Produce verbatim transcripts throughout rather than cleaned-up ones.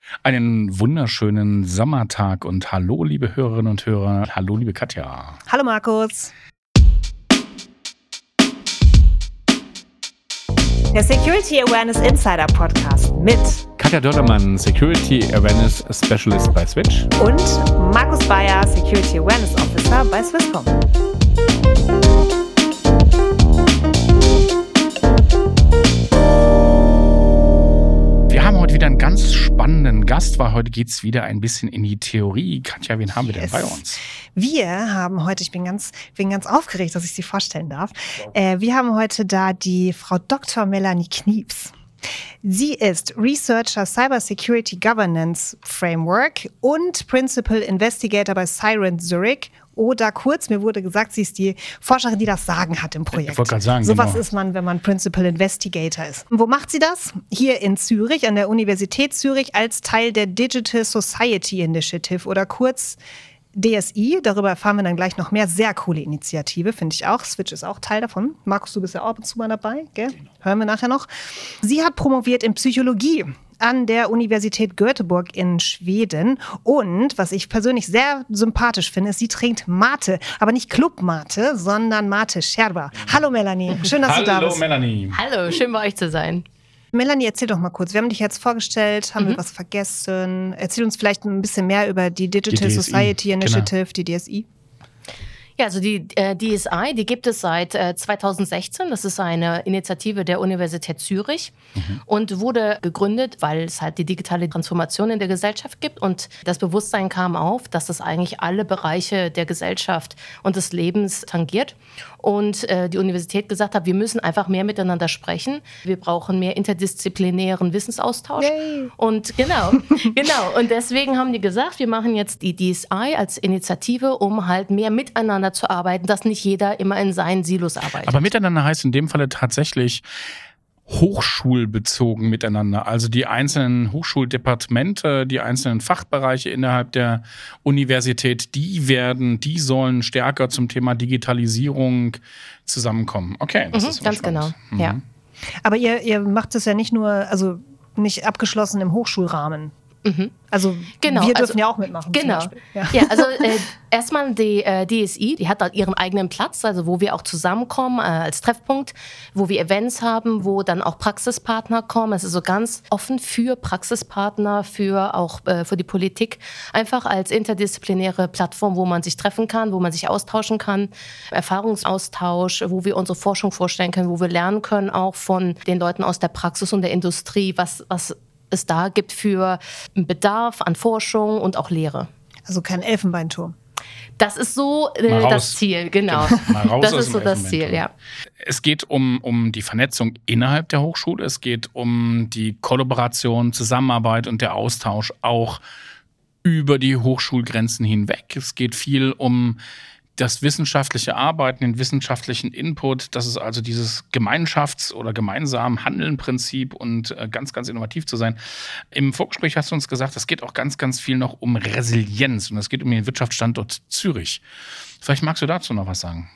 Einen wunderschönen Sommertag und hallo, liebe Hörerinnen und Hörer. Hallo, liebe Katja. Hallo, Markus. Der Security Awareness Insider Podcast mit Katja Dördermann, Security Awareness Specialist bei Switch. Und Markus Bayer, Security Awareness Officer bei Swisscom. Wir haben heute wieder einen ganz spannenden Gast, weil heute geht es wieder ein bisschen in die Theorie. Katja, wen haben wir denn bei uns? Wir haben heute, ich bin ganz, bin ganz aufgeregt, dass ich sie vorstellen darf. Äh, wir haben heute da die Frau Doktor Melanie Knieps. Sie ist Researcher Cyber Security Governance Framework und Principal Investigator bei Siren Zurich. Oder kurz, mir wurde gesagt, sie ist die Forscherin, die das Sagen hat im Projekt. Ich wollte gerade sagen, so was genau. ist man, wenn man Principal Investigator ist. Und wo macht sie das? Hier in Zürich, an der Universität Zürich, als Teil der Digital Society Initiative oder kurz D S I. Darüber erfahren wir dann gleich noch mehr. Sehr coole Initiative, finde ich auch. Switch ist auch Teil davon. Markus, du bist ja auch ab und zu mal dabei, gell? Hören wir nachher noch. Sie hat promoviert in Psychologie an der Universität Göteborg in Schweden. Und was ich persönlich sehr sympathisch finde, ist, sie trinkt Mate. Aber nicht Club-Mate, sondern Mate Sherba. Hallo Melanie, schön, dass Hallo, du da bist. Hallo Melanie. Hallo, schön bei euch zu sein. Melanie, erzähl doch mal kurz. Wir haben dich jetzt vorgestellt, haben Mhm. wir was vergessen? Erzähl uns vielleicht ein bisschen mehr über die Digital Die D S I, Society Initiative, genau. die D S I. Ja, also die äh, D S I, die gibt es seit äh, zweitausendsechzehn. Das ist eine Initiative der Universität Zürich mhm. und wurde gegründet, weil es halt die digitale Transformation in der Gesellschaft gibt und das Bewusstsein kam auf, dass das eigentlich alle Bereiche der Gesellschaft und des Lebens tangiert. Und äh, die Universität gesagt hat, wir müssen einfach mehr miteinander sprechen. Wir brauchen mehr interdisziplinären Wissensaustausch. Yay. Und genau, genau. Und deswegen haben die gesagt, wir machen jetzt die D S I als Initiative, um halt mehr miteinander zu arbeiten, dass nicht jeder immer in seinen Silos arbeitet. Aber miteinander heißt in dem Falle tatsächlich hochschulbezogen miteinander. Also die einzelnen Hochschuldepartemente, die einzelnen Fachbereiche innerhalb der Universität, die werden, die sollen stärker zum Thema Digitalisierung zusammenkommen. Okay, das Mhm, ist ganz spannend. genau, Mhm. ja. Aber ihr, ihr macht es ja nicht nur, also nicht abgeschlossen im Hochschulrahmen. Mhm. Also Genau, wir dürfen also, ja auch mitmachen. Genau. Zum Beispiel. Ja. Ja, also äh, erstmal die äh, D S I, die hat da ihren eigenen Platz, also wo wir auch zusammenkommen äh, als Treffpunkt, wo wir Events haben, wo dann auch Praxispartner kommen. Es ist so ganz offen für Praxispartner, für auch äh, für die Politik, einfach als interdisziplinäre Plattform, wo man sich treffen kann, wo man sich austauschen kann, Erfahrungsaustausch, wo wir unsere Forschung vorstellen können, wo wir lernen können auch von den Leuten aus der Praxis und der Industrie, was was es da gibt für Bedarf an Forschung und auch Lehre. Also kein Elfenbeinturm. Das ist so äh, das Ziel, genau. Mal raus das aus ist dem so das Ziel, Elfenbeinturm. ja. Es geht um, um die Vernetzung innerhalb der Hochschule, es geht um die Kollaboration, Zusammenarbeit und der Austausch auch über die Hochschulgrenzen hinweg. Es geht viel um das wissenschaftliche Arbeiten, den wissenschaftlichen Input, das ist also dieses Gemeinschafts- oder gemeinsam Handeln-Prinzip und äh, ganz, ganz innovativ zu sein. Im Vorgespräch hast du uns gesagt, es geht auch ganz, ganz viel noch um Resilienz und es geht um den Wirtschaftsstandort Zürich. Vielleicht magst du dazu noch was sagen?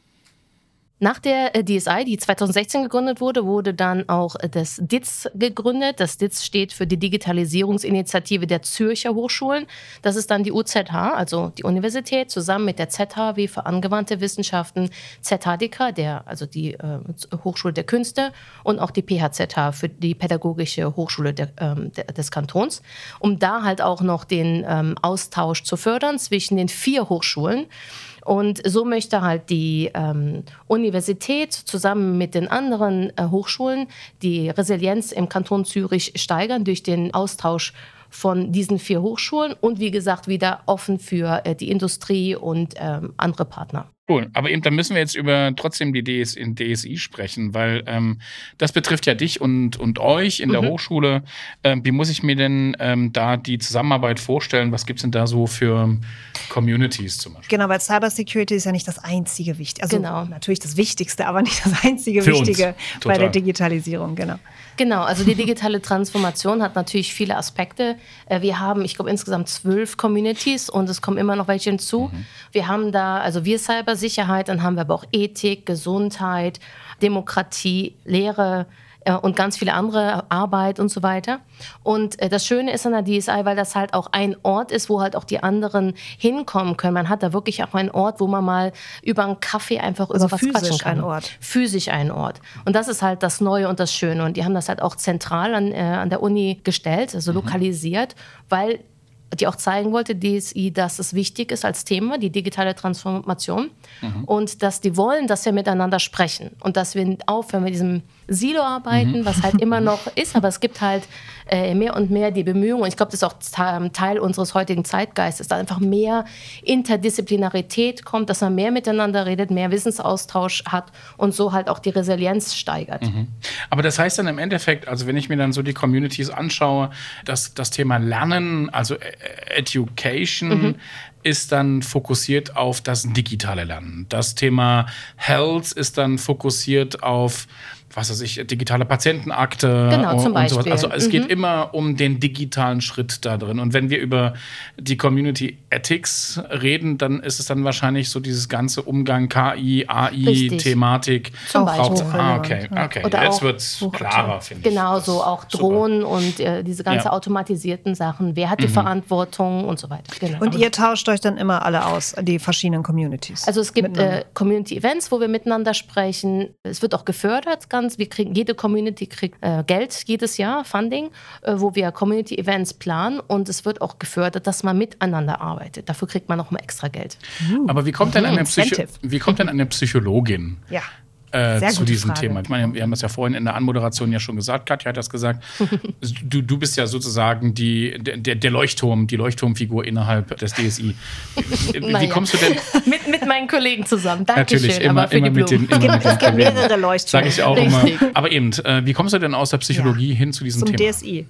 Nach der äh, D S I, die zweitausendsechzehn gegründet wurde, wurde dann auch äh, das D I Z gegründet. Das D I Z steht für die Digitalisierungsinitiative der Zürcher Hochschulen. Das ist dann die U Z H, also die Universität, zusammen mit der Z H W für angewandte Wissenschaften, Z H D K, der, also die äh, Hochschule der Künste und auch die P H Z H für die Pädagogische Hochschule der, ähm, der, des Kantons, um da halt auch noch den ähm, Austausch zu fördern zwischen den vier Hochschulen. Und so möchte halt die ähm, Universität zusammen mit den anderen äh, Hochschulen die Resilienz im Kanton Zürich steigern durch den Austausch von diesen vier Hochschulen und wie gesagt wieder offen für äh, die Industrie und ähm, andere Partner. Cool, aber eben, dann müssen wir jetzt über trotzdem die D S I sprechen, weil ähm, das betrifft ja dich und, und euch in der Mhm. Hochschule. Ähm, wie muss ich mir denn ähm, da die Zusammenarbeit vorstellen? Was gibt es denn da so für Communities zum Beispiel? Genau, weil Cybersecurity ist ja nicht das einzige Wichtige. Also Genau. natürlich das Wichtigste, aber nicht das einzige Für uns. Wichtige bei Total. der Digitalisierung. Genau. Genau, also die digitale Transformation hat natürlich viele Aspekte. Äh, Wir haben, ich glaube, insgesamt zwölf Communities und es kommen immer noch welche hinzu. Mhm. Wir haben da, also wir Cybersicherheit, dann haben wir aber auch Ethik, Gesundheit, Demokratie, Lehre, äh, und ganz viele andere Arbeit und so weiter. Und äh, das Schöne ist an der D S I, weil das halt auch ein Ort ist, wo halt auch die anderen hinkommen können. Man hat da wirklich auch einen Ort, wo man mal über einen Kaffee einfach Also über was physisch quatschen kann. ein Ort. Physisch ein Ort. Und das ist halt das Neue und das Schöne. Und die haben das halt auch zentral an, äh, an der Uni gestellt, also mhm. lokalisiert, weil die auch zeigen wollte, D S I, dass es wichtig ist als Thema, die digitale Transformation. Mhm. Und dass die wollen, dass wir miteinander sprechen. Und dass wir aufhören mit diesem Silo arbeiten, mhm. was halt immer noch ist. Aber es gibt halt äh, mehr und mehr die Bemühungen. Und ich glaube, das ist auch Teil unseres heutigen Zeitgeistes, dass einfach mehr Interdisziplinarität kommt, dass man mehr miteinander redet, mehr Wissensaustausch hat und so halt auch die Resilienz steigert. Mhm. Aber das heißt dann im Endeffekt, also wenn ich mir dann so die Communities anschaue, dass das Thema Lernen, also Education, mhm. ist dann fokussiert auf das digitale Lernen. Das Thema Health ist dann fokussiert auf, was weiß ich, digitale Patientenakte. Genau, zum und Beispiel. Sowas. Also es mhm. geht immer um den digitalen Schritt da drin. Und wenn wir über die Community Ethics reden, dann ist es dann wahrscheinlich so dieses ganze Umgang K I, A I-Thematik. Zum Beispiel. Ah, okay, okay. Oder Jetzt auch, wird es klarer, finde ich. Genau, so auch Drohnen super. Und äh, diese ganzen Ja. automatisierten Sachen. Wer hat die Mhm. Verantwortung und so weiter. Genau. Und ihr tauscht euch dann immer alle aus, die verschiedenen Communities? Also es gibt miteinander. äh, Community-Events, wo wir miteinander sprechen. Es wird auch gefördert, ganz. Wir kriegen, jede Community kriegt äh, Geld jedes Jahr, Funding, äh, wo wir Community-Events planen. Und es wird auch gefördert, dass man miteinander arbeitet. Dafür kriegt man noch mal extra Geld. Aber wie kommt denn eine, Psycho- Incentive. wie kommt denn eine Psychologin Ja. äh, Sehr zu gute diesem Frage. Thema? Ich meine, wir haben das ja vorhin in der Anmoderation ja schon gesagt, Katja hat das gesagt. Du, du bist ja sozusagen die, der, der Leuchtturm, die Leuchtturmfigur innerhalb des D S I. Wie Naja. kommst du denn? mit, mit meinen Kollegen zusammen. Dankeschön. Natürlich, immer, aber für immer die mit den, Blumen. immer mit den Es gibt Kollegen. mehrere Leuchttürme. Sag ich auch Richtig. immer. Aber eben, äh, wie kommst du denn aus der Psychologie Ja. hin zu diesem Zum Thema? D S I.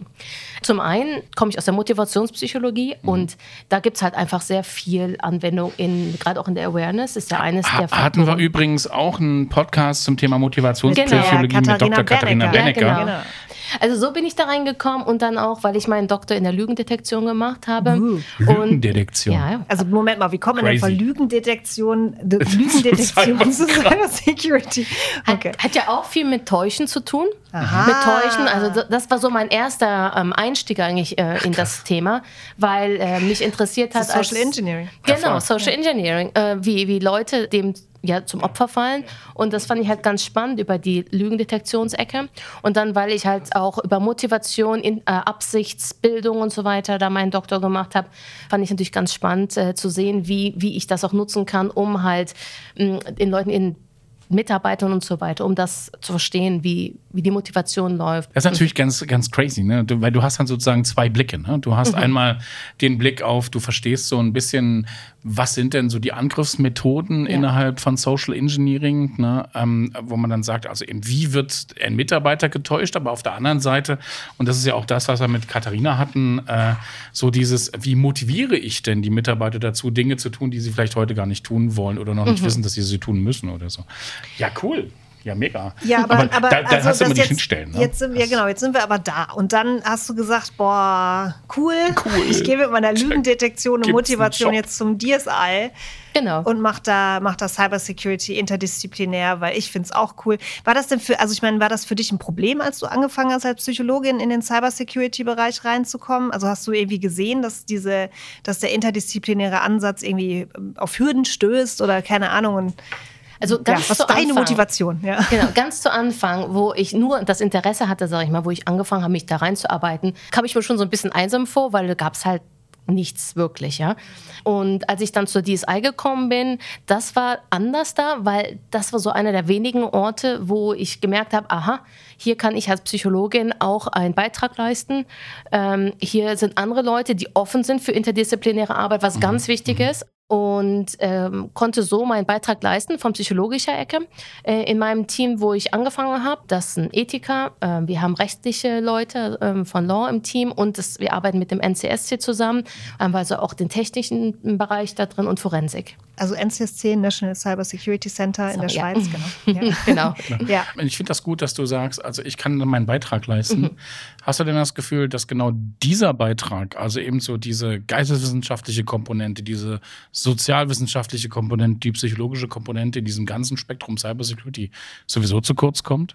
Zum einen komme ich aus der Motivationspsychologie Mhm. und da gibt es halt einfach sehr viel Anwendung, in, gerade auch in der Awareness, ist ja eines Ha- der hatten wir Faktoren. übrigens auch einen Podcast zum Thema Motivationspsychologie Genau, mit Katharina Doktor Katharina Bernecker. Bennecker. Ja, genau. Also so bin ich da reingekommen und dann auch, weil ich meinen Doktor in der Lügendetektion gemacht habe. Uh. Und, Lügendetektion. ja, ja. Also Moment mal, wie kommen wir denn von Crazy. Lügendetektion, de, Lügendetektion zu Cybersecurity? Okay. Hat, hat ja auch viel mit Täuschen zu tun. Aha. Mit Täuschen, also das, das war so mein erster ähm, Einstieg eigentlich äh, in das Thema, weil äh, mich interessiert hat. Das ist Social als, Engineering. Genau, Erfolg. Social Engineering, äh, wie, wie Leute dem ja, zum Opfer fallen. Und das fand ich halt ganz spannend über die Lügendetektionsecke. Und dann, weil ich halt auch über Motivation, in, äh, Absichtsbildung und so weiter da meinen Doktor gemacht habe, fand ich natürlich ganz spannend äh, zu sehen, wie, wie ich das auch nutzen kann, um halt mh, den Leuten in Mitarbeitern und so weiter, um das zu verstehen, wie, wie die Motivation läuft. Das ist natürlich ganz, ganz crazy, ne? Du, weil du hast dann sozusagen zwei Blicke. Ne? Du hast mhm. einmal den Blick auf, du verstehst so ein bisschen, was sind denn so die Angriffsmethoden Ja. innerhalb von Social Engineering, ne? ähm, wo man dann sagt, also eben, wie wird ein Mitarbeiter getäuscht, aber auf der anderen Seite, und das ist ja auch das, was wir mit Katharina hatten, äh, so dieses, wie motiviere ich denn die Mitarbeiter dazu, Dinge zu tun, die sie vielleicht heute gar nicht tun wollen oder noch nicht Mhm. wissen, dass sie sie tun müssen oder so. Ja, cool. Ja, mega. Ja, aber, aber, da, da also hast du das immer die jetzt, Schnittstellen. Ne? Jetzt sind wir, Das- genau, jetzt sind wir aber da. Und dann hast du gesagt, boah, cool, Cool. ich gehe mit meiner Lügendetektion und Gibt's einen Motivation Job? jetzt zum D S I Genau. und mach da, mach da Cybersecurity interdisziplinär, weil ich finde es auch cool. War das denn für, also ich meine, war das für dich ein Problem, als du angefangen hast, als Psychologin in den Cybersecurity-Bereich reinzukommen? Also hast du irgendwie gesehen, dass diese, dass der interdisziplinäre Ansatz irgendwie auf Hürden stößt oder keine Ahnung? Und Also ganz ja, was zu ist deine Anfang. Motivation? Ja. Genau, ganz zu Anfang, wo ich nur das Interesse hatte, sage ich mal, wo ich angefangen habe, mich da reinzuarbeiten, kam ich mir schon so ein bisschen einsam vor, weil da gab es halt nichts wirklich, ja. Und als ich dann zur D S I gekommen bin, das war anders da, weil das war so einer der wenigen Orte, wo ich gemerkt habe, aha, hier kann ich als Psychologin auch einen Beitrag leisten. Ähm, hier sind andere Leute, die offen sind für interdisziplinäre Arbeit, was mhm. ganz wichtig mhm. ist. Und ähm, konnte so meinen Beitrag leisten von psychologischer Ecke. Äh, in meinem Team, wo ich angefangen habe, das sind Ethiker, äh, wir haben rechtliche Leute äh, von Law im Team und das, wir arbeiten mit dem N C S C zusammen, haben also auch den technischen Bereich da drin und Forensik. Also N C S C, National Cyber Security Center in So, der ja. Schweiz, genau. Ja. Genau. Ja. Ich finde das gut, dass du sagst, also ich kann meinen Beitrag leisten. Mhm. Hast du denn das Gefühl, dass genau dieser Beitrag, also eben so diese geisteswissenschaftliche Komponente, diese sozialwissenschaftliche Komponente, die psychologische Komponente in diesem ganzen Spektrum Cybersecurity sowieso zu kurz kommt?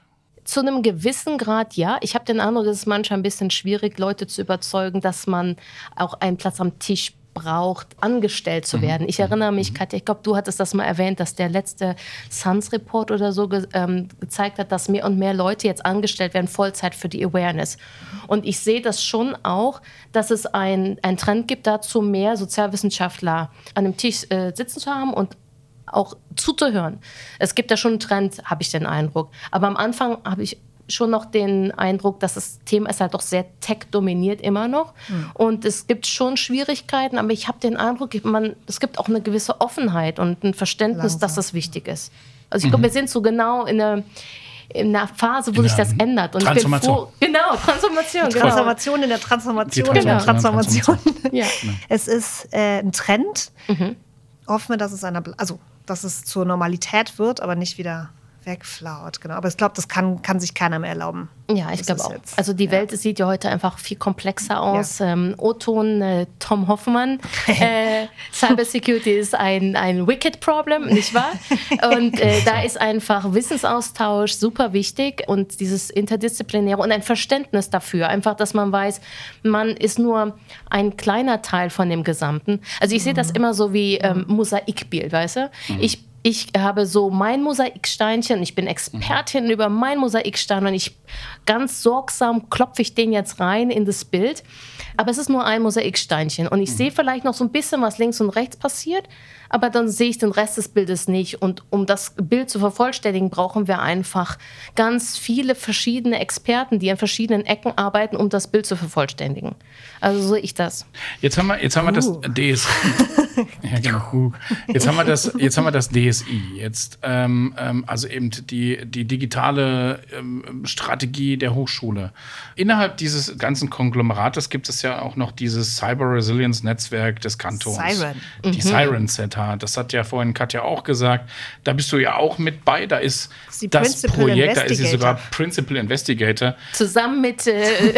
Zu einem gewissen Grad, ja. Ich habe den Eindruck, es ist manchmal ein bisschen schwierig, Leute zu überzeugen, dass man auch einen Platz am Tisch braucht, angestellt zu werden. Ich erinnere mich, Katja, ich glaube, du hattest das mal erwähnt, dass der letzte Suns-Report oder so ge ähm, gezeigt hat, dass mehr und mehr Leute jetzt angestellt werden, Vollzeit für die Awareness. Und ich sehe das schon auch, dass es einen Trend gibt dazu, mehr Sozialwissenschaftler an dem Tisch äh, sitzen zu haben und auch zuzuhören. Es gibt da schon einen Trend, habe ich den Eindruck. Aber am Anfang habe ich schon noch den Eindruck, dass das Thema ist halt doch sehr tech-dominiert immer noch. Mhm. Und es gibt schon Schwierigkeiten, aber ich habe den Eindruck, man, es gibt auch eine gewisse Offenheit und ein Verständnis, Langsam. dass das wichtig ist. Also ich glaube, mhm. wir sind so genau in einer, in einer Phase, wo in sich das ändert. Und Transformation. Ich bin froh, genau, Transformation. Die Transformation genau. in der Transformation in der Transformation. Ja. Es ist äh, ein Trend. Mhm. Hoffen wir, dass es, einer, also, dass es zur Normalität wird, aber nicht wieder wegflaut, genau. Aber ich glaube, das kann, kann sich keiner mehr erlauben. Ja, ich glaube auch. Jetzt, also die ja. Welt sieht ja heute einfach viel komplexer aus. Ja. Ähm, O-Ton, äh, Tom Hoffmann. äh, Cybersecurity ist ein, ein wicked Problem, nicht wahr? Und äh, da ist einfach Wissensaustausch super wichtig und dieses Interdisziplinäre und ein Verständnis dafür. Einfach, dass man weiß, man ist nur ein kleiner Teil von dem Gesamten. Also ich mhm. sehe das immer so wie ähm, Mosaikbild, weißt du? Mhm. Ich Ich habe so mein Mosaiksteinchen, ich bin Expertin mhm. über mein Mosaikstein und ich ganz sorgsam klopfe ich den jetzt rein in das Bild. Aber es ist nur ein Mosaiksteinchen und ich mhm. sehe vielleicht noch so ein bisschen, was links und rechts passiert, aber dann sehe ich den Rest des Bildes nicht. Und um das Bild zu vervollständigen, brauchen wir einfach ganz viele verschiedene Experten, die an verschiedenen Ecken arbeiten, um das Bild zu vervollständigen. Also so sehe ich das. Jetzt haben wir, jetzt haben wir das uh. D S I. Ja, genau. Jetzt haben wir das, jetzt haben wir das D S I. Jetzt, ähm, ähm, also eben die, die digitale ähm, Strategie der Hochschule. Innerhalb dieses ganzen Konglomerates gibt es ja auch noch dieses Cyber Resilience Netzwerk des Kantons. Siren. Die Mhm. Siren Z H. Das hat ja vorhin Katja auch gesagt. Da bist du ja auch mit bei. Da ist das, ist das Projekt, da ist sie sogar Principal Investigator. Zusammen mit, äh,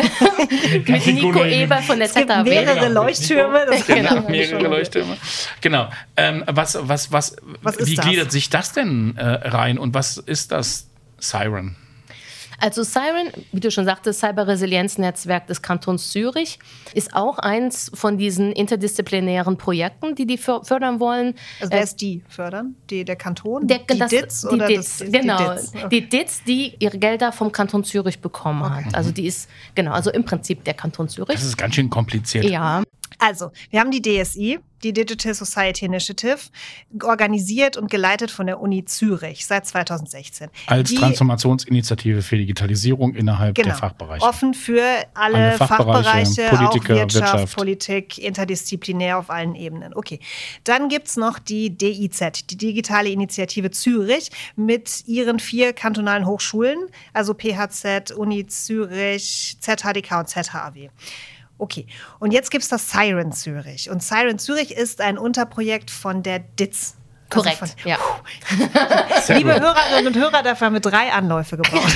mit Nico Eber von der es gibt Z H W. mehrere genau. Leuchttürme. Das genau, mehrere Leuchttürme. Genau. Ähm, was, was, was, was wie das? gliedert sich das denn äh, rein und was ist das Siren? Also Siren, wie du schon sagtest, Cyberresilienznetzwerk des Kantons Zürich, ist auch eins von diesen interdisziplinären Projekten, die die fördern wollen. Also wer ist die fördern? Die, der Kanton? Der, die das, D I Z? Die oder D I Z, das, genau. Die D I Z, okay. Die D I Z, die ihre Gelder vom Kanton Zürich bekommen okay. hat. Also die ist, genau, also im Prinzip der Kanton Zürich. Das ist ganz schön kompliziert. Ja. Also, wir haben die D S I, die Digital Society Initiative, organisiert und geleitet von der Uni Zürich seit zweitausendsechzehn. Als die, Transformationsinitiative für Digitalisierung innerhalb genau, der Fachbereiche. Offen für alle, alle Fachbereiche, Fachbereiche Politiker, auch Wirtschaft, Wirtschaft, Politik, interdisziplinär auf allen Ebenen. Okay. Dann gibt es noch die D I Z, die Digitale Initiative Zürich, mit ihren vier kantonalen Hochschulen, also P H Z, Uni Zürich, Z H D K und Z H A W. Okay, und jetzt gibt es das Siren Zürich. Und Siren Zürich ist ein Unterprojekt von der D I Z. Korrekt, also von, ja. Liebe Hörerinnen und Hörer, dafür haben wir drei Anläufe gebraucht.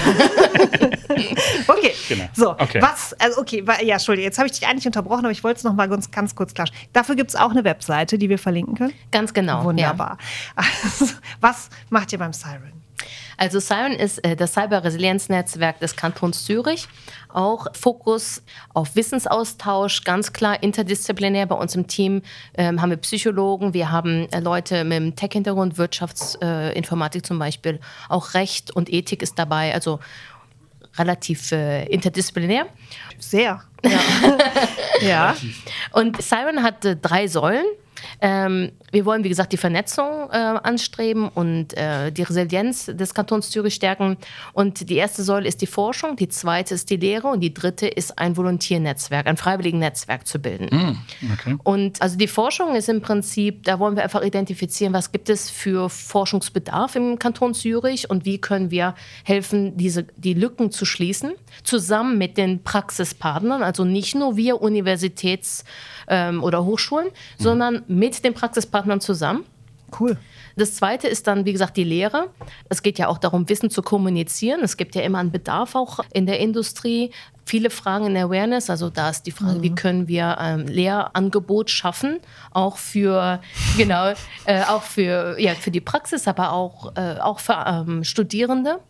Okay, genau. So, okay. was, also okay, ja, Entschuldige, jetzt habe ich dich eigentlich unterbrochen, aber ich wollte es noch mal ganz, ganz kurz klarstellen. Dafür gibt es auch eine Webseite, die wir verlinken können. Ganz genau. Wunderbar. Ja. Also, was macht ihr beim Siren? Also Siren ist äh, das Cyberresilienznetzwerk des Kantons Zürich. Auch Fokus auf Wissensaustausch, ganz klar interdisziplinär. Bei uns im Team ähm, haben wir Psychologen, wir haben äh, Leute mit dem Tech-Hintergrund, Wirtschaftsinformatik äh, zum Beispiel. Auch Recht und Ethik ist dabei, also relativ äh, interdisziplinär. Sehr. Ja. Ja. Und Siren hat äh, drei Säulen. Ähm, wir wollen, wie gesagt, die Vernetzung äh, anstreben und äh, die Resilienz des Kantons Zürich stärken. Und die erste Säule ist die Forschung, die zweite ist die Lehre und die dritte ist ein Volontiernetzwerk, ein Freiwilligennetzwerk zu bilden. Mm, okay. Und also die Forschung ist im Prinzip, da wollen wir einfach identifizieren, was gibt es für Forschungsbedarf im Kanton Zürich und wie können wir helfen, diese, die Lücken zu schließen, zusammen mit den Praxispartnern, also nicht nur wir Universitäts- ähm, oder Hochschulen, mm. sondern mit den Praxispartnern zusammen. Cool. Das Zweite ist dann, wie gesagt, die Lehre. Es geht ja auch darum, Wissen zu kommunizieren. Es gibt ja immer einen Bedarf auch in der Industrie. Viele Fragen in der Awareness. Also da ist die Frage, mhm. wie können wir ähm, Lehrangebot schaffen, auch für, genau, äh, auch für, ja, für die Praxis, aber auch, äh, auch für ähm, Studierende.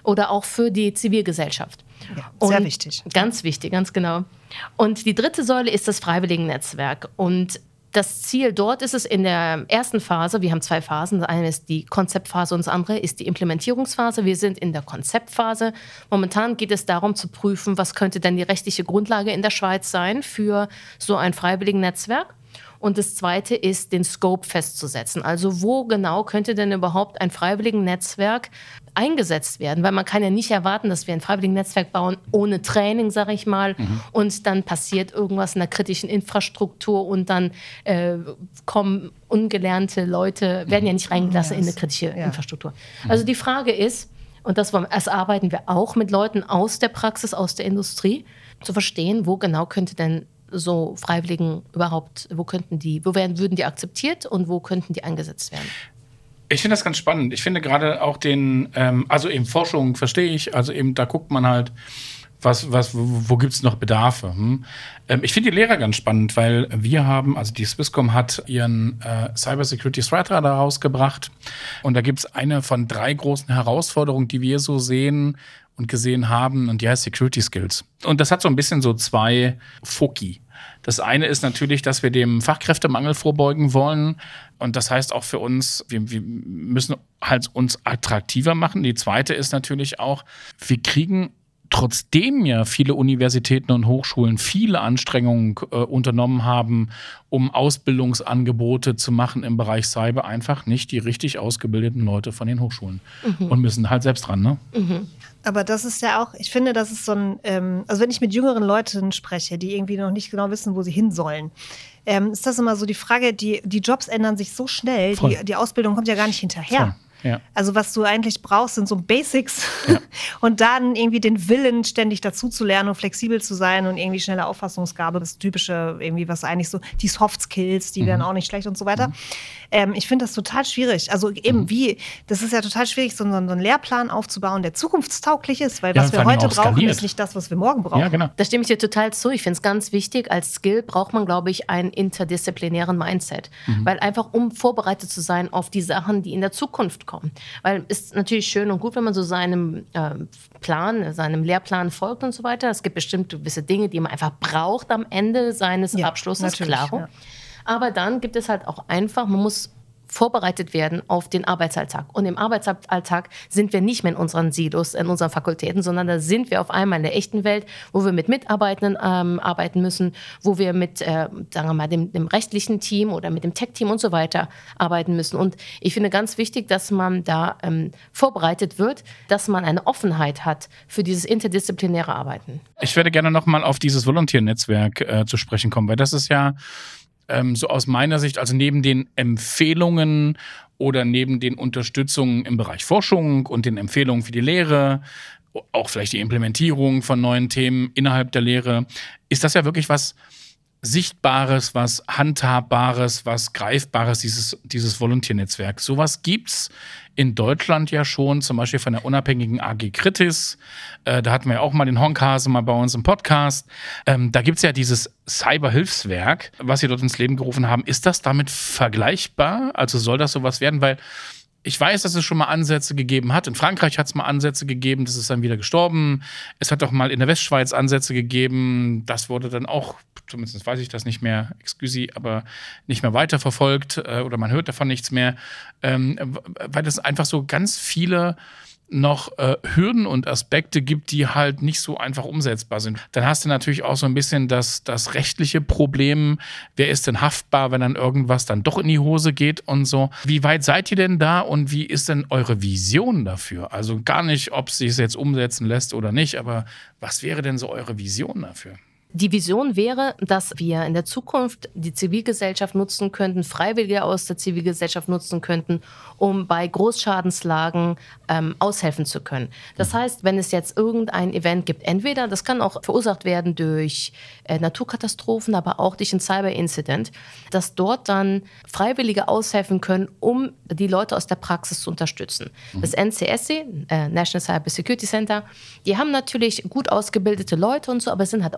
oder auch für die Zivilgesellschaft. Ja, sehr und wichtig. Ganz wichtig, ganz genau. Und die dritte Säule ist das Freiwilligennetzwerk. Und das Ziel dort ist es in der ersten Phase, wir haben zwei Phasen, das eine ist die Konzeptphase und das andere ist die Implementierungsphase. Wir sind in der Konzeptphase. Momentan geht es darum zu prüfen, was könnte denn die rechtliche Grundlage in der Schweiz sein für so ein Freiwilligennetzwerk. Und das Zweite ist, den Scope festzusetzen. Also wo genau könnte denn überhaupt ein Freiwilligennetzwerk eingesetzt werden? Weil man kann ja nicht erwarten, dass wir ein Freiwilligennetzwerk bauen ohne Training, sage ich mal, mhm. und dann passiert irgendwas in der kritischen Infrastruktur und dann äh, kommen ungelernte Leute, werden ja nicht reingelassen yes. in eine kritische ja. Infrastruktur. Also die Frage ist, und das, das arbeiten wir auch mit Leuten aus der Praxis, aus der Industrie, zu verstehen, wo genau könnte denn so Freiwilligen überhaupt, wo könnten die, wo werden, würden die akzeptiert und wo könnten die eingesetzt werden? Ich finde das ganz spannend. Ich finde gerade auch den, ähm, also eben Forschung verstehe ich, also eben da guckt man halt, was, was, wo, wo gibt es noch Bedarfe. Hm? Ähm, ich finde die Lehrer ganz spannend, weil wir haben, also die Swisscom hat ihren äh, Cybersecurity Threat Radar rausgebracht und da gibt es eine von drei großen Herausforderungen, die wir so sehen und gesehen haben, und die heißt Security Skills. Und das hat so ein bisschen so zwei Foki. Das eine ist natürlich, dass wir dem Fachkräftemangel vorbeugen wollen. Und das heißt auch für uns, wir, wir müssen halt uns attraktiver machen. Die zweite ist natürlich auch, wir kriegen, trotzdem ja viele Universitäten und Hochschulen viele Anstrengungen äh, unternommen haben, um Ausbildungsangebote zu machen im Bereich Cyber, einfach nicht die richtig ausgebildeten Leute von den Hochschulen. Mhm. Und müssen halt selbst dran, ne? Mhm. Aber das ist ja auch, ich finde, das ist so ein, ähm, also wenn ich mit jüngeren Leuten spreche, die irgendwie noch nicht genau wissen, wo sie hin sollen, ähm, ist das immer so die Frage, die, die Jobs ändern sich so schnell, die, die Ausbildung kommt ja gar nicht hinterher. Voll. Ja. Also was du eigentlich brauchst, sind so Basics ja. und dann irgendwie den Willen, ständig dazu zu lernen und flexibel zu sein und irgendwie schnelle Auffassungsgabe, das typische irgendwie, was eigentlich so, die Soft Skills, die mhm. wären auch nicht schlecht und so weiter. Mhm. Ähm, ich finde das total schwierig. Also eben mhm. wie, das ist ja total schwierig, so einen, so einen Lehrplan aufzubauen, der zukunftstauglich ist, weil ja, was wir heute brauchen, ist nicht das, was wir morgen brauchen. Ja, genau. Da stimme ich dir total zu. Ich finde es ganz wichtig, als Skill braucht man, glaube ich, einen interdisziplinären Mindset, mhm. weil einfach, um vorbereitet zu sein auf die Sachen, die in der Zukunft kommen. Weil es ist natürlich schön und gut, wenn man so seinem äh, Plan, seinem Lehrplan folgt und so weiter. Es gibt bestimmt gewisse Dinge, die man einfach braucht am Ende seines ja, Abschlusses, klar. Ja. Aber dann gibt es halt auch einfach, man muss vorbereitet werden auf den Arbeitsalltag. Und im Arbeitsalltag sind wir nicht mehr in unseren Silos, in unseren Fakultäten, sondern da sind wir auf einmal in der echten Welt, wo wir mit Mitarbeitenden ähm, arbeiten müssen, wo wir mit, äh, sagen wir mal, dem, dem rechtlichen Team oder mit dem Tech-Team und so weiter arbeiten müssen. Und ich finde ganz wichtig, dass man da ähm, vorbereitet wird, dass man eine Offenheit hat für dieses interdisziplinäre Arbeiten. Ich werde gerne nochmal auf dieses Volunteer-Netzwerk äh, zu sprechen kommen, weil das ist ja Ähm, so aus meiner Sicht, also neben den Empfehlungen oder neben den Unterstützungen im Bereich Forschung und den Empfehlungen für die Lehre, auch vielleicht die Implementierung von neuen Themen innerhalb der Lehre, ist das ja wirklich was Sichtbares, was Handhabbares, was Greifbares, dieses, dieses Volunteer-Netzwerk. Sowas gibt's in Deutschland ja schon, zum Beispiel von der unabhängigen A G Kritis. Äh, da hatten wir ja auch mal den Honkhase mal bei uns im Podcast. Ähm, da gibt's ja dieses Cyberhilfswerk, was sie dort ins Leben gerufen haben. Ist das damit vergleichbar? Also soll das sowas werden? Weil ich weiß, dass es schon mal Ansätze gegeben hat. In Frankreich hat es mal Ansätze gegeben, das ist dann wieder gestorben. Es hat auch mal in der Westschweiz Ansätze gegeben. Das wurde dann auch, zumindest weiß ich das nicht mehr, excuse, aber nicht mehr weiterverfolgt äh, oder man hört davon nichts mehr. Ähm, weil es einfach so ganz viele noch äh, Hürden und Aspekte gibt, die halt nicht so einfach umsetzbar sind. Dann hast du natürlich auch so ein bisschen das, das rechtliche Problem. Wer ist denn haftbar, wenn dann irgendwas dann doch in die Hose geht und so? Wie weit seid ihr denn da und wie ist denn eure Vision dafür? Also gar nicht, ob es sich jetzt umsetzen lässt oder nicht, aber was wäre denn so eure Vision dafür? Die Vision wäre, dass wir in der Zukunft die Zivilgesellschaft nutzen könnten, Freiwillige aus der Zivilgesellschaft nutzen könnten, um bei Großschadenslagen ähm, aushelfen zu können. Das heißt, wenn es jetzt irgendein Event gibt, entweder, das kann auch verursacht werden durch äh, Naturkatastrophen, aber auch durch ein Cyber-Incident, dass dort dann Freiwillige aushelfen können, um die Leute aus der Praxis zu unterstützen. Mhm. Das N C S C, äh, National Cyber Security Center, die haben natürlich gut ausgebildete Leute und so, aber es sind halt auch nicht so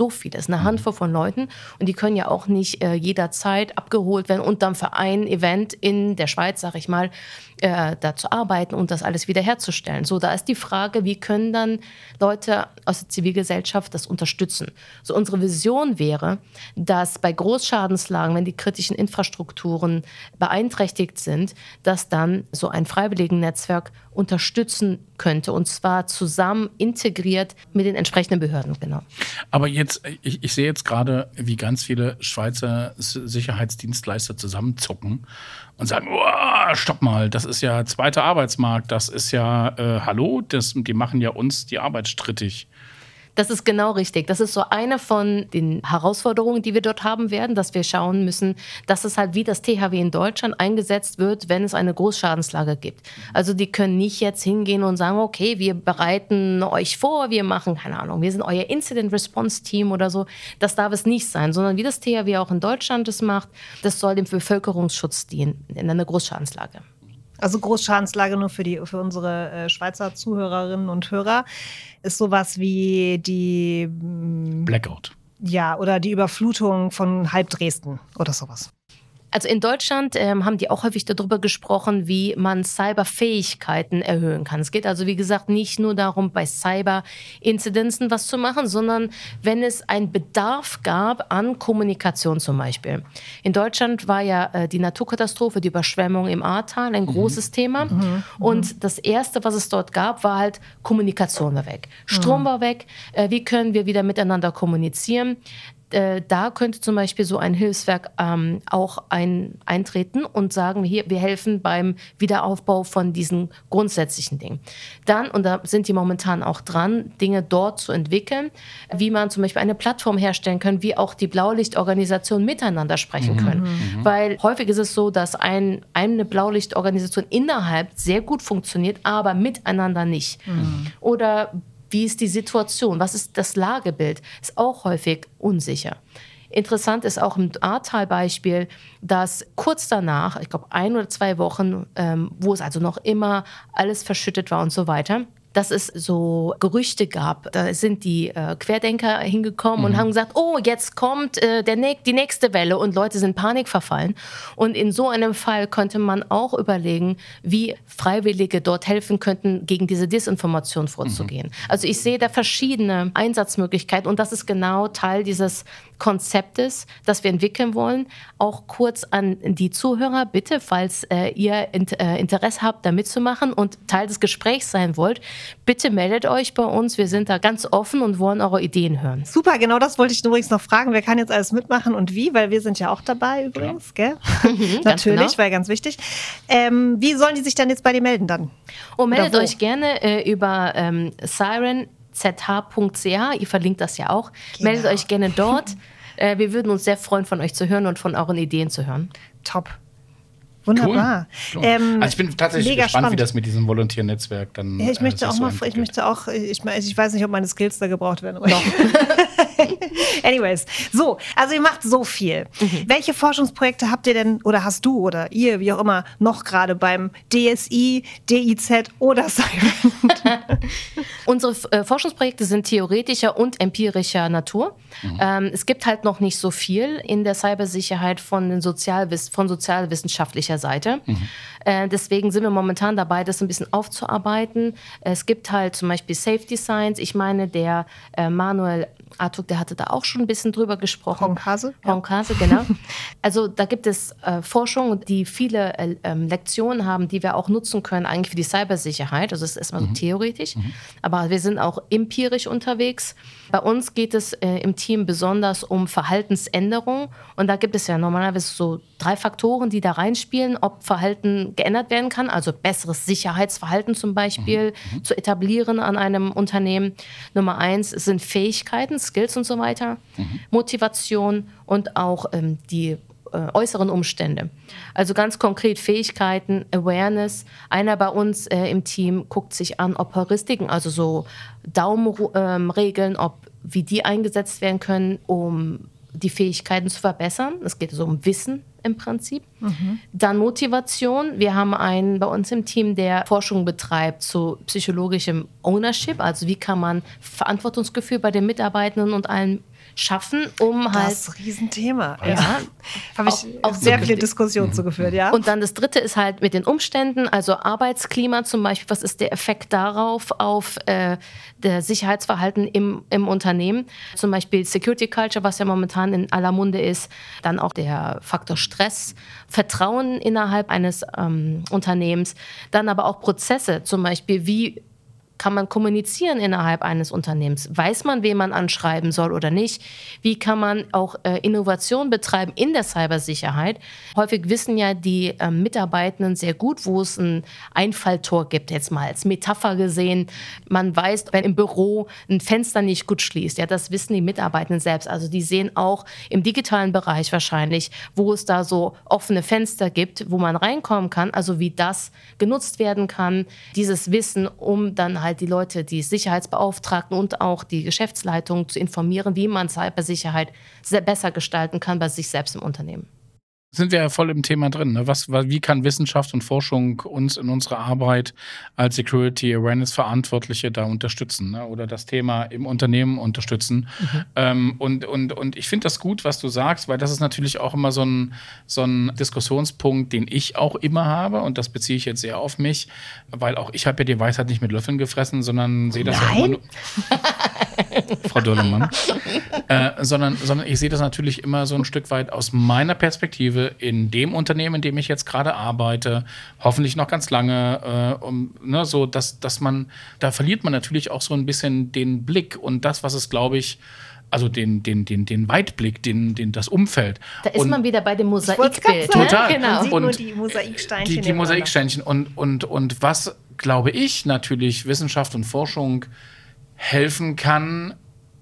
so viele, es ist eine Handvoll von Leuten und die können ja auch nicht äh, jederzeit abgeholt werden und dann für ein Event in der Schweiz, sag ich mal, äh, da zu arbeiten und das alles wiederherzustellen. So, da ist die Frage, wie können dann Leute aus der Zivilgesellschaft das unterstützen? So, unsere Vision wäre, dass bei Großschadenslagen, wenn die kritischen Infrastrukturen beeinträchtigt sind, dass dann so ein Freiwilligennetzwerk unterstützen könnte und zwar zusammen integriert mit den entsprechenden Behörden, genau. Aber jetzt, ich, ich sehe jetzt gerade, wie ganz viele Schweizer Sicherheitsdienstleister zusammenzucken und sagen, oh, stopp mal, das ist ja zweiter Arbeitsmarkt, das ist ja, äh, hallo, das, die machen ja uns die Arbeit strittig. Das ist genau richtig. Das ist so eine von den Herausforderungen, die wir dort haben werden, dass wir schauen müssen, dass es halt wie das T H W in Deutschland eingesetzt wird, wenn es eine Großschadenslage gibt. Also die können nicht jetzt hingehen und sagen, okay, wir bereiten euch vor, wir machen, keine Ahnung, wir sind euer Incident Response Team oder so. Das darf es nicht sein, sondern wie das T H W auch in Deutschland es macht, das soll dem Bevölkerungsschutz dienen in einer Großschadenslage. Also Großschadenslage nur für, die, für unsere äh, Schweizer Zuhörerinnen und Hörer ist sowas wie die mh, Blackout. Ja, oder die Überflutung von halb Dresden oder sowas. Also in Deutschland ähm, haben die auch häufig darüber gesprochen, wie man Cyberfähigkeiten erhöhen kann. Es geht also, wie gesagt, nicht nur darum, bei Cyber-Inzidenzen was zu machen, sondern wenn es einen Bedarf gab an Kommunikation zum Beispiel. In Deutschland war ja äh, die Naturkatastrophe, die Überschwemmung im Ahrtal ein mhm. großes Thema. Mhm. Und das Erste, was es dort gab, war halt Kommunikation war weg. Strom mhm. war weg. Äh, wie können wir wieder miteinander kommunizieren? Da könnte zum Beispiel so ein Hilfswerk ähm, auch ein, eintreten und sagen, hier, wir helfen beim Wiederaufbau von diesen grundsätzlichen Dingen. Dann, und da sind die momentan auch dran, Dinge dort zu entwickeln, wie man zum Beispiel eine Plattform herstellen kann, wie auch die Blaulichtorganisationen miteinander sprechen mhm. können. Mhm. Weil häufig ist es so, dass ein, eine Blaulichtorganisation innerhalb sehr gut funktioniert, aber miteinander nicht. Mhm. Oder wie ist die Situation? Was ist das Lagebild? Ist auch häufig unsicher. Interessant ist auch im Ahrtal-Beispiel, dass kurz danach, ich glaube ein oder zwei Wochen, ähm, wo es also noch immer alles verschüttet war und so weiter, dass es so Gerüchte gab. Da sind die äh, Querdenker hingekommen mhm. und haben gesagt, oh, jetzt kommt äh, der ne- die nächste Welle und Leute sind Panik verfallen. Und in so einem Fall könnte man auch überlegen, wie Freiwillige dort helfen könnten, gegen diese Desinformation vorzugehen. Mhm. Also ich sehe da verschiedene Einsatzmöglichkeiten und das ist genau Teil dieses Konzeptes, das wir entwickeln wollen. Auch kurz an die Zuhörer, bitte, falls äh, ihr in, äh, Interesse habt, da mitzumachen und Teil des Gesprächs sein wollt, bitte meldet euch bei uns. Wir sind da ganz offen und wollen eure Ideen hören. Super, genau das wollte ich übrigens noch fragen. Wer kann jetzt alles mitmachen und wie? Weil wir sind ja auch dabei übrigens, ja. Gell? Mhm, natürlich, genau. Weil ganz wichtig. Ähm, wie sollen die sich dann jetzt bei dir melden dann? Oh, meldet euch gerne äh, über ähm, Siren z h punkt c h, ihr verlinkt das ja auch. Genau. Meldet euch gerne dort. äh, wir würden uns sehr freuen, von euch zu hören und von euren Ideen zu hören. Top. Wunderbar. Cool. Ähm, also ich bin tatsächlich gespannt, spannend. wie das mit diesem Volontiernetzwerk dann ja, ich möchte äh, auch so mal, ich möchte auch, ich, ich weiß nicht, ob meine Skills da gebraucht werden. Doch. Anyways, so, also ihr macht so viel. Mhm. Welche Forschungsprojekte habt ihr denn, oder hast du oder ihr, wie auch immer, noch gerade beim D S I, D I Z oder Siren? Unsere äh, Forschungsprojekte sind theoretischer und empirischer Natur. Mhm. Ähm, es gibt halt noch nicht so viel in der Cybersicherheit von, den Sozialwiss- von sozialwissenschaftlicher Seite. Mhm. Äh, deswegen sind wir momentan dabei, das ein bisschen aufzuarbeiten. Es gibt halt zum Beispiel Safety Science. Ich meine, der äh, Manuel Artuk, der hatte da auch schon ein bisschen drüber gesprochen. Honkhase? Honkhase, ja. Genau. Also da gibt es äh, Forschung, die viele äh, ähm, Lektionen haben, die wir auch nutzen können eigentlich für die Cybersicherheit. Also das ist erstmal mhm. so theoretisch. Mhm. Aber wir sind auch empirisch unterwegs. Bei uns geht es äh, im Team besonders um Verhaltensänderung. Und da gibt es ja normalerweise so drei Faktoren, die da reinspielen, ob Verhalten geändert werden kann. Also besseres Sicherheitsverhalten zum Beispiel mhm. zu etablieren an einem Unternehmen. Nummer eins sind Fähigkeiten, Skills und so weiter, mhm. Motivation und auch ähm, die äh, äußeren Umstände. Also ganz konkret Fähigkeiten, Awareness. Einer bei uns äh, im Team guckt sich an, ob Heuristiken, also so Daumenregeln, ähm, ob wie die eingesetzt werden können, um die Fähigkeiten zu verbessern. Es geht so um Wissen im Prinzip. Mhm. Dann Motivation. Wir haben einen bei uns im Team, der Forschung betreibt zu psychologischem Ownership. Also wie kann man Verantwortungsgefühl bei den Mitarbeitenden und allen schaffen, um halt... Das Riesenthema. Ja, ja. Habe ich auch, auch sehr so viele Diskussionen zu geführt, ja. Und dann das Dritte ist halt mit den Umständen, also Arbeitsklima zum Beispiel, was ist der Effekt darauf, auf äh, der Sicherheitsverhalten im, im Unternehmen? Zum Beispiel Security Culture, was ja momentan in aller Munde ist, dann auch der Faktor Stress, Vertrauen innerhalb eines ähm, Unternehmens, dann aber auch Prozesse, zum Beispiel wie kann man kommunizieren innerhalb eines Unternehmens? Weiß man, wen man anschreiben soll oder nicht? Wie kann man auch äh, Innovation betreiben in der Cybersicherheit? Häufig wissen ja die äh, Mitarbeitenden sehr gut, wo es ein Einfalltor gibt, jetzt mal als Metapher gesehen. Man weiß, wenn im Büro ein Fenster nicht gut schließt. Ja, das wissen die Mitarbeitenden selbst. Also die sehen auch im digitalen Bereich wahrscheinlich, wo es da so offene Fenster gibt, wo man reinkommen kann. Also wie das genutzt werden kann, dieses Wissen, um dann halt die Leute, die Sicherheitsbeauftragten und auch die Geschäftsleitung zu informieren, wie man Cybersicherheit sehr besser gestalten kann bei sich selbst im Unternehmen. Sind wir ja voll im Thema drin. Ne? Was, wie kann Wissenschaft und Forschung uns in unserer Arbeit als Security Awareness Verantwortliche da unterstützen, ne? Oder das Thema im Unternehmen unterstützen? Mhm. Ähm, und, und, und ich finde das gut, was du sagst, weil das ist natürlich auch immer so ein, so ein Diskussionspunkt, den ich auch immer habe. Und das beziehe ich jetzt sehr auf mich, weil auch ich habe ja die Weisheit nicht mit Löffeln gefressen, sondern sehe das Nein. ja immer nur... Frau Döllemann. äh, sondern, sondern ich sehe das natürlich immer so ein Stück weit aus meiner Perspektive in dem Unternehmen, in dem ich jetzt gerade arbeite, hoffentlich noch ganz lange, äh, um, ne, so, dass, dass man, da verliert man natürlich auch so ein bisschen den Blick und das, was es, glaube ich, also den, den, den, den Weitblick, den, den, das Umfeld. Da ist und man wieder bei dem Mosaikbild. Ne? Total. Genau. Man sieht und nur die Mosaiksteinchen. Die, die Mosaiksteinchen. Und, und, und was, glaube ich, natürlich Wissenschaft und Forschung helfen kann,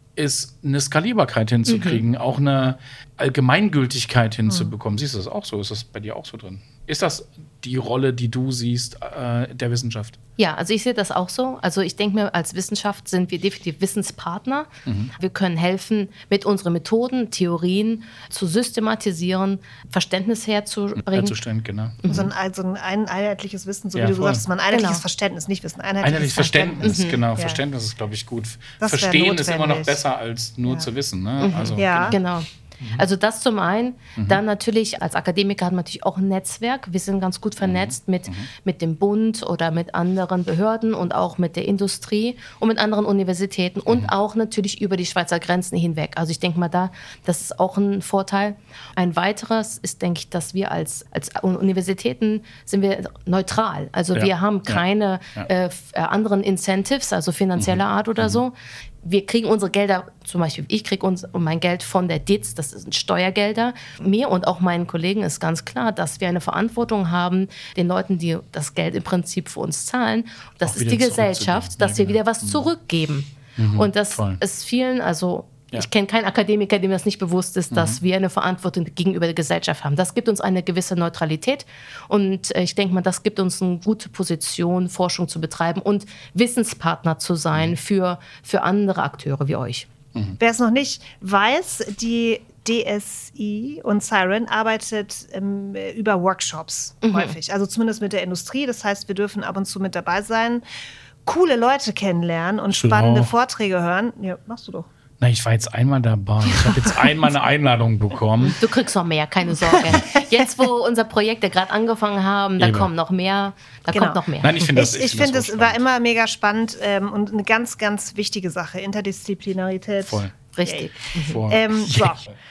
ist eine Skalierbarkeit hinzukriegen, mhm. auch eine Allgemeingültigkeit hinzubekommen. Mhm. Siehst du das auch so? Ist das bei dir auch so drin? Ist das die Rolle, die du siehst, äh, der Wissenschaft? Ja, also ich sehe das auch so. Also ich denke mir, als Wissenschaft sind wir definitiv Wissenspartner. Mhm. Wir können helfen, mit unseren Methoden, Theorien zu systematisieren, Verständnis herzubringen. Herzustellen, genau. Mhm. So, ein, also ein einheitliches Wissen, so ja, wie du voll. gesagt hast, man einheitliches genau. Verständnis, nicht Wissen, einheitliches, einheitliches Verständnis. Verständnis mhm. Genau, ja. Verständnis ist, glaube ich, gut. Das Verstehen ist immer noch besser, als nur ja. zu wissen. Ne? Mhm. Also, ja, genau. Also das zum einen, mhm. dann natürlich als Akademiker hat man natürlich auch ein Netzwerk. Wir sind ganz gut vernetzt mhm. mit, mit dem Bund oder mit anderen Behörden und auch mit der Industrie und mit anderen Universitäten mhm. und auch natürlich über die Schweizer Grenzen hinweg. Also ich denke mal da, das ist auch ein Vorteil. Ein weiteres ist, denke ich, dass wir als, als Universitäten sind wir neutral. Also ja. wir haben keine ja. Ja. Äh, anderen Incentives, also finanzieller mhm. Art oder mhm. so. Wir kriegen unsere Gelder, zum Beispiel ich kriege uns mein Geld von der D I Z, das sind Steuergelder. Mir und auch meinen Kollegen ist ganz klar, dass wir eine Verantwortung haben, den Leuten, die das Geld im Prinzip für uns zahlen, das ist die Gesellschaft, dass wir wieder was zurückgeben. Mhm. Und das Voll. ist vielen, also ja. ich kenne keinen Akademiker, dem das nicht bewusst ist, dass mhm. wir eine Verantwortung gegenüber der Gesellschaft haben. Das gibt uns eine gewisse Neutralität und ich denke mal, das gibt uns eine gute Position, Forschung zu betreiben und Wissenspartner zu sein mhm. für, für andere Akteure wie euch. Mhm. Wer es noch nicht weiß, die D S I und Siren arbeitet ähm, über Workshops mhm. häufig, also zumindest mit der Industrie. Das heißt, wir dürfen ab und zu mit dabei sein, coole Leute kennenlernen und spannende auch. Vorträge hören. Ja, machst du doch. Na, ich war jetzt einmal dabei. Ich habe jetzt einmal eine Einladung bekommen. Du kriegst noch mehr, keine Sorge. Jetzt, wo unser Projekte gerade angefangen haben, da Eben. kommen noch mehr. Da genau. kommt noch mehr. Nein, ich finde das, ich, ich find das, das war immer mega spannend ähm, und eine ganz, ganz wichtige Sache. Interdisziplinarität. Voll. Richtig. Voll. Ähm, so.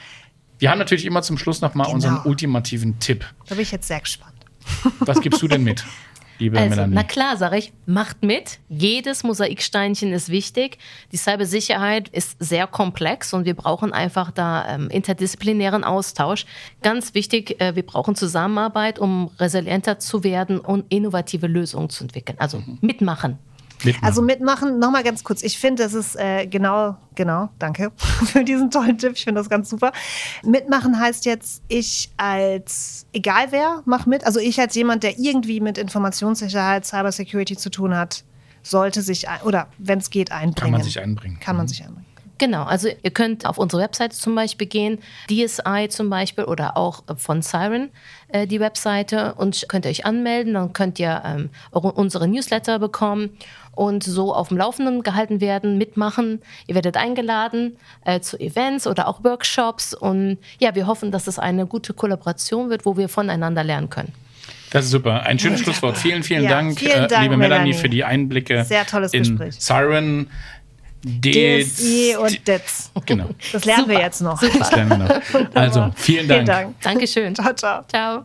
Wir haben natürlich immer zum Schluss noch mal genau. unseren ultimativen Tipp. Da bin ich jetzt sehr gespannt. Was gibst du denn mit? Liebe also, Melanie. Na klar, sage ich, macht mit. Jedes Mosaiksteinchen ist wichtig. Die Cybersicherheit ist sehr komplex und wir brauchen einfach da ähm, interdisziplinären Austausch. Ganz wichtig, äh, wir brauchen Zusammenarbeit, um resilienter zu werden und innovative Lösungen zu entwickeln. Also mhm. mitmachen. Mitmachen. Also mitmachen, nochmal ganz kurz. Ich finde, das ist äh, genau, genau, danke für diesen tollen Tipp. Ich finde das ganz super. Mitmachen heißt jetzt, ich als, egal wer, mach mit. Also ich als jemand, der irgendwie mit Informationssicherheit, Cybersecurity zu tun hat, sollte sich, ein, oder wenn es geht, einbringen. Kann man sich einbringen. Kann man sich einbringen. Genau, also ihr könnt auf unsere Webseite zum Beispiel gehen, D S I zum Beispiel oder auch von Siren äh, die Webseite und könnt ihr euch anmelden, dann könnt ihr ähm, unsere Newsletter bekommen und so auf dem Laufenden gehalten werden, mitmachen. Ihr werdet eingeladen äh, zu Events oder auch Workshops und ja, wir hoffen, dass es eine gute Kollaboration wird, wo wir voneinander lernen können. Das ist super. Ein schönes Schlusswort. Vielen, vielen ja, Dank, vielen Dank äh, liebe Melanie, Melanie, für die Einblicke Sehr tolles in Gespräch. Siren, D S I und D I T S. Genau. Das lernen Super. wir jetzt noch. Super. Das lernen wir noch. Also, vielen Dank. Vielen Dank. Dankeschön. Ciao, ciao. Ciao.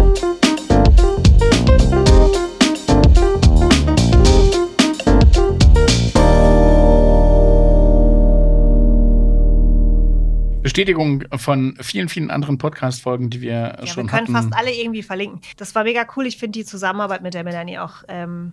Bestätigung von vielen, vielen anderen Podcast-Folgen, die wir Ja, schon wir können hatten. fast alle irgendwie verlinken. Das war mega cool. Ich finde die Zusammenarbeit mit der Melanie auch ähm,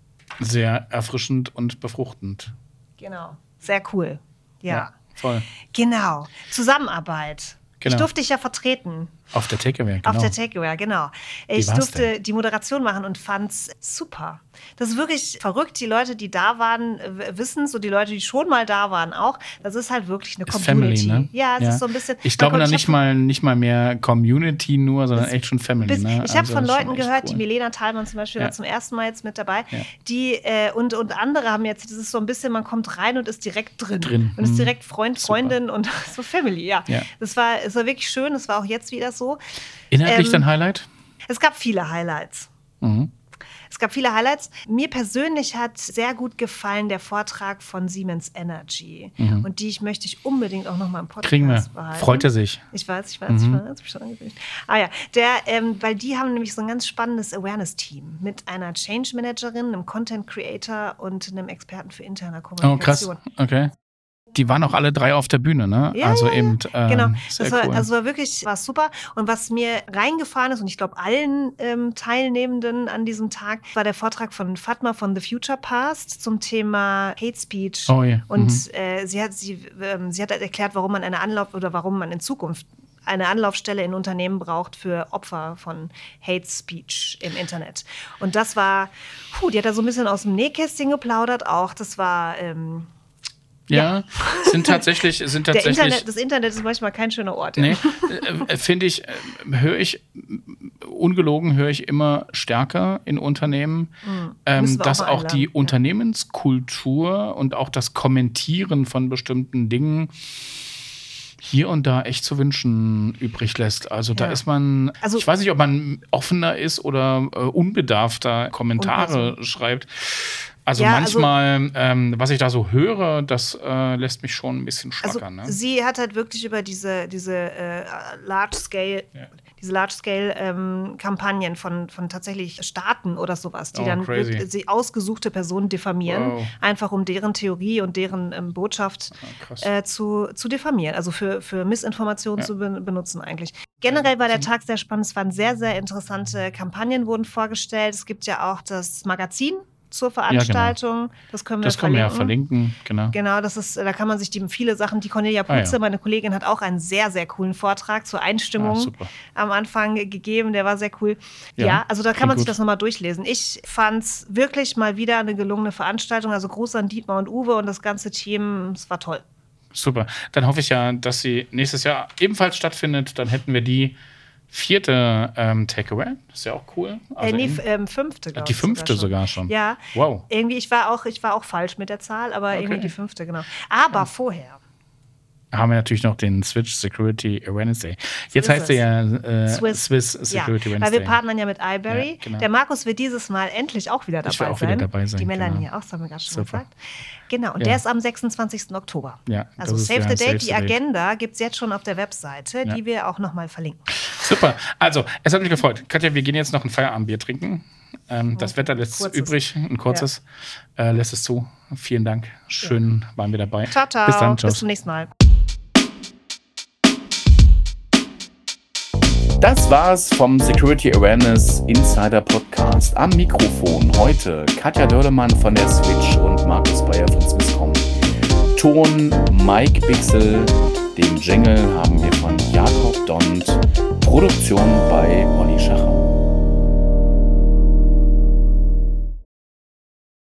Sehr erfrischend und befruchtend. genau sehr cool. Ja. Ja, voll. Genau. Zusammenarbeit. Genau. Ich durfte dich ja vertreten. Auf der Takeaway, genau. Auf der Takeaway, genau. Ich war's durfte denn? die Moderation machen und fand's super. Das ist wirklich verrückt. Die Leute, die da waren, wissen es und die Leute, die schon mal da waren, auch. Das ist halt wirklich eine Ist Community. Family, ne? Ja, es ist so ein bisschen. Ich glaube man noch kommt- nicht mal, nicht mal mehr Community nur, sondern echt schon Family. Bis, Ne? ich habe Also von schon Leuten echt gehört, cool. die Milena Thalmann zum Beispiel Ja. war zum ersten Mal jetzt mit dabei, Ja. die äh, und, und andere haben jetzt, das ist so ein bisschen, man kommt rein und ist direkt drin. Drin. Und ist Mhm. direkt Freund, Super. Freundin und so Family, ja. Ja. Das war, es war wirklich schön, das war auch jetzt wieder so. Inhaltlich ähm, dein Highlight? Es gab viele Highlights. Mhm. Es gab viele Highlights. Mir persönlich hat sehr gut gefallen der Vortrag von Siemens Energy. Mhm. Und die ich möchte ich unbedingt auch noch mal im Podcast Kriegen wir. behalten. Freut er sich. Ich weiß, ich weiß, Mhm. ich weiß, hab ich schon angekündigt. Ah ja, der, ähm, weil die haben nämlich so ein ganz spannendes Awareness-Team mit einer Change Managerin, einem Content Creator und einem Experten für interne Oh, krass. Kommunikation. Okay. Die waren auch alle drei auf der Bühne, ne? Ja, also ja, ja. eben. Ähm, Genau, sehr das war, cool. also war wirklich war super. Und was mir reingefahren ist, und ich glaube allen ähm, Teilnehmenden an diesem Tag, war der Vortrag von Fatma von The Future Past zum Thema Hate Speech. Oh ja. Und Mhm. äh, sie, hat, sie, ähm, sie hat halt erklärt, warum man eine Anlauf oder warum man in Zukunft eine Anlaufstelle in Unternehmen braucht für Opfer von Hate Speech im Internet. Und das war, puh, die hat da so ein bisschen aus dem Nähkästchen geplaudert auch. Das war ähm, Ja, sind tatsächlich, sind der tatsächlich. Internet, das Internet ist manchmal kein schöner Ort. Ja. Nee, äh, finde ich, äh, höre ich, ungelogen höre ich immer stärker in Unternehmen, ähm, Müssen wir auch dass mal auch die einladen, ja. Unternehmenskultur und auch das Kommentieren von bestimmten Dingen hier und da echt zu wünschen übrig lässt. Also da Ja. ist man, Also- ich weiß nicht, ob man offener ist oder äh, unbedarfter Kommentare Unpersönlich. schreibt. Also Ja, also- manchmal, ähm, was ich da so höre, das äh, lässt mich schon ein bisschen Also schwackern. Ne? sie hat halt wirklich über diese, diese äh, Large-Scale, Ja. diese Large-Scale-Kampagnen von, von tatsächlich Staaten oder sowas, die Oh, dann crazy. wird, sie ausgesuchte Personen diffamieren, Wow. einfach um deren Theorie und deren ähm, Botschaft Ah, krass. äh, zu, zu diffamieren, also für, für Missinformation Ja. zu be benutzen eigentlich. Generell war der Tag sehr spannend, es waren sehr, sehr interessante Kampagnen wurden vorgestellt. Es gibt ja auch das Magazin zur Veranstaltung, das können wir Das können wir ja verlinken. verlinken, genau. Genau, das ist, da kann man sich die viele Sachen, die Cornelia Ah, Putze, ja. meine Kollegin, hat auch einen sehr, sehr coolen Vortrag zur Einstimmung Ah, super. am Anfang gegeben, der war sehr cool. Ja, Ja, also da kann klingt man sich gut. das nochmal durchlesen. Ich fand es wirklich mal wieder eine gelungene Veranstaltung, also Gruß an Dietmar und Uwe und das ganze Team, es war toll. Super. Dann hoffe ich ja, dass sie nächstes Jahr ebenfalls stattfindet. Dann hätten wir die vierte ähm, Takeaway. Ist ja auch cool. Also äh, nee, in- f- ähm, fünfte, glaube die ich. fünfte sogar schon. Ja, Wow. irgendwie, ich war, auch, ich war auch falsch mit der Zahl, aber Okay. irgendwie die fünfte, genau. Aber vorher. Haben wir natürlich noch den Switch Security Wednesday. Jetzt ist heißt er ja äh, Swiss. Swiss, Security ja, Wednesday. weil wir partnern ja mit iBerry. Ja, genau. Der Markus wird dieses Mal endlich auch wieder dabei Ich will auch sein. wieder dabei sein, Die Melanie genau. auch, das haben wir gerade schon Super. gesagt. Genau, und Ja. der ist am sechsundzwanzigsten Oktober. Ja, Also das ist Save ja the Date, Save die the Date. Agenda gibt es jetzt schon auf der Webseite, Ja. die wir auch nochmal verlinken. Super. Also, es hat mich gefreut. Katja, wir gehen jetzt noch ein Feierabendbier trinken. Ähm, das Wetter lässt es Kurzes. übrig, ein kurzes. Äh, lässt es zu. Vielen Dank. Schön waren wir dabei. Ciao, ciao. Bis dann. Ciao. Bis zum nächsten Mal. Das war's vom Security Awareness Insider Podcast. Am Mikrofon heute Katja Dörlemann von der Switch und Markus Bayer von Swisscom. Ton Mike Bixel, den Jingle haben wir von Jakob Dont, Produktion bei Olli Schacher.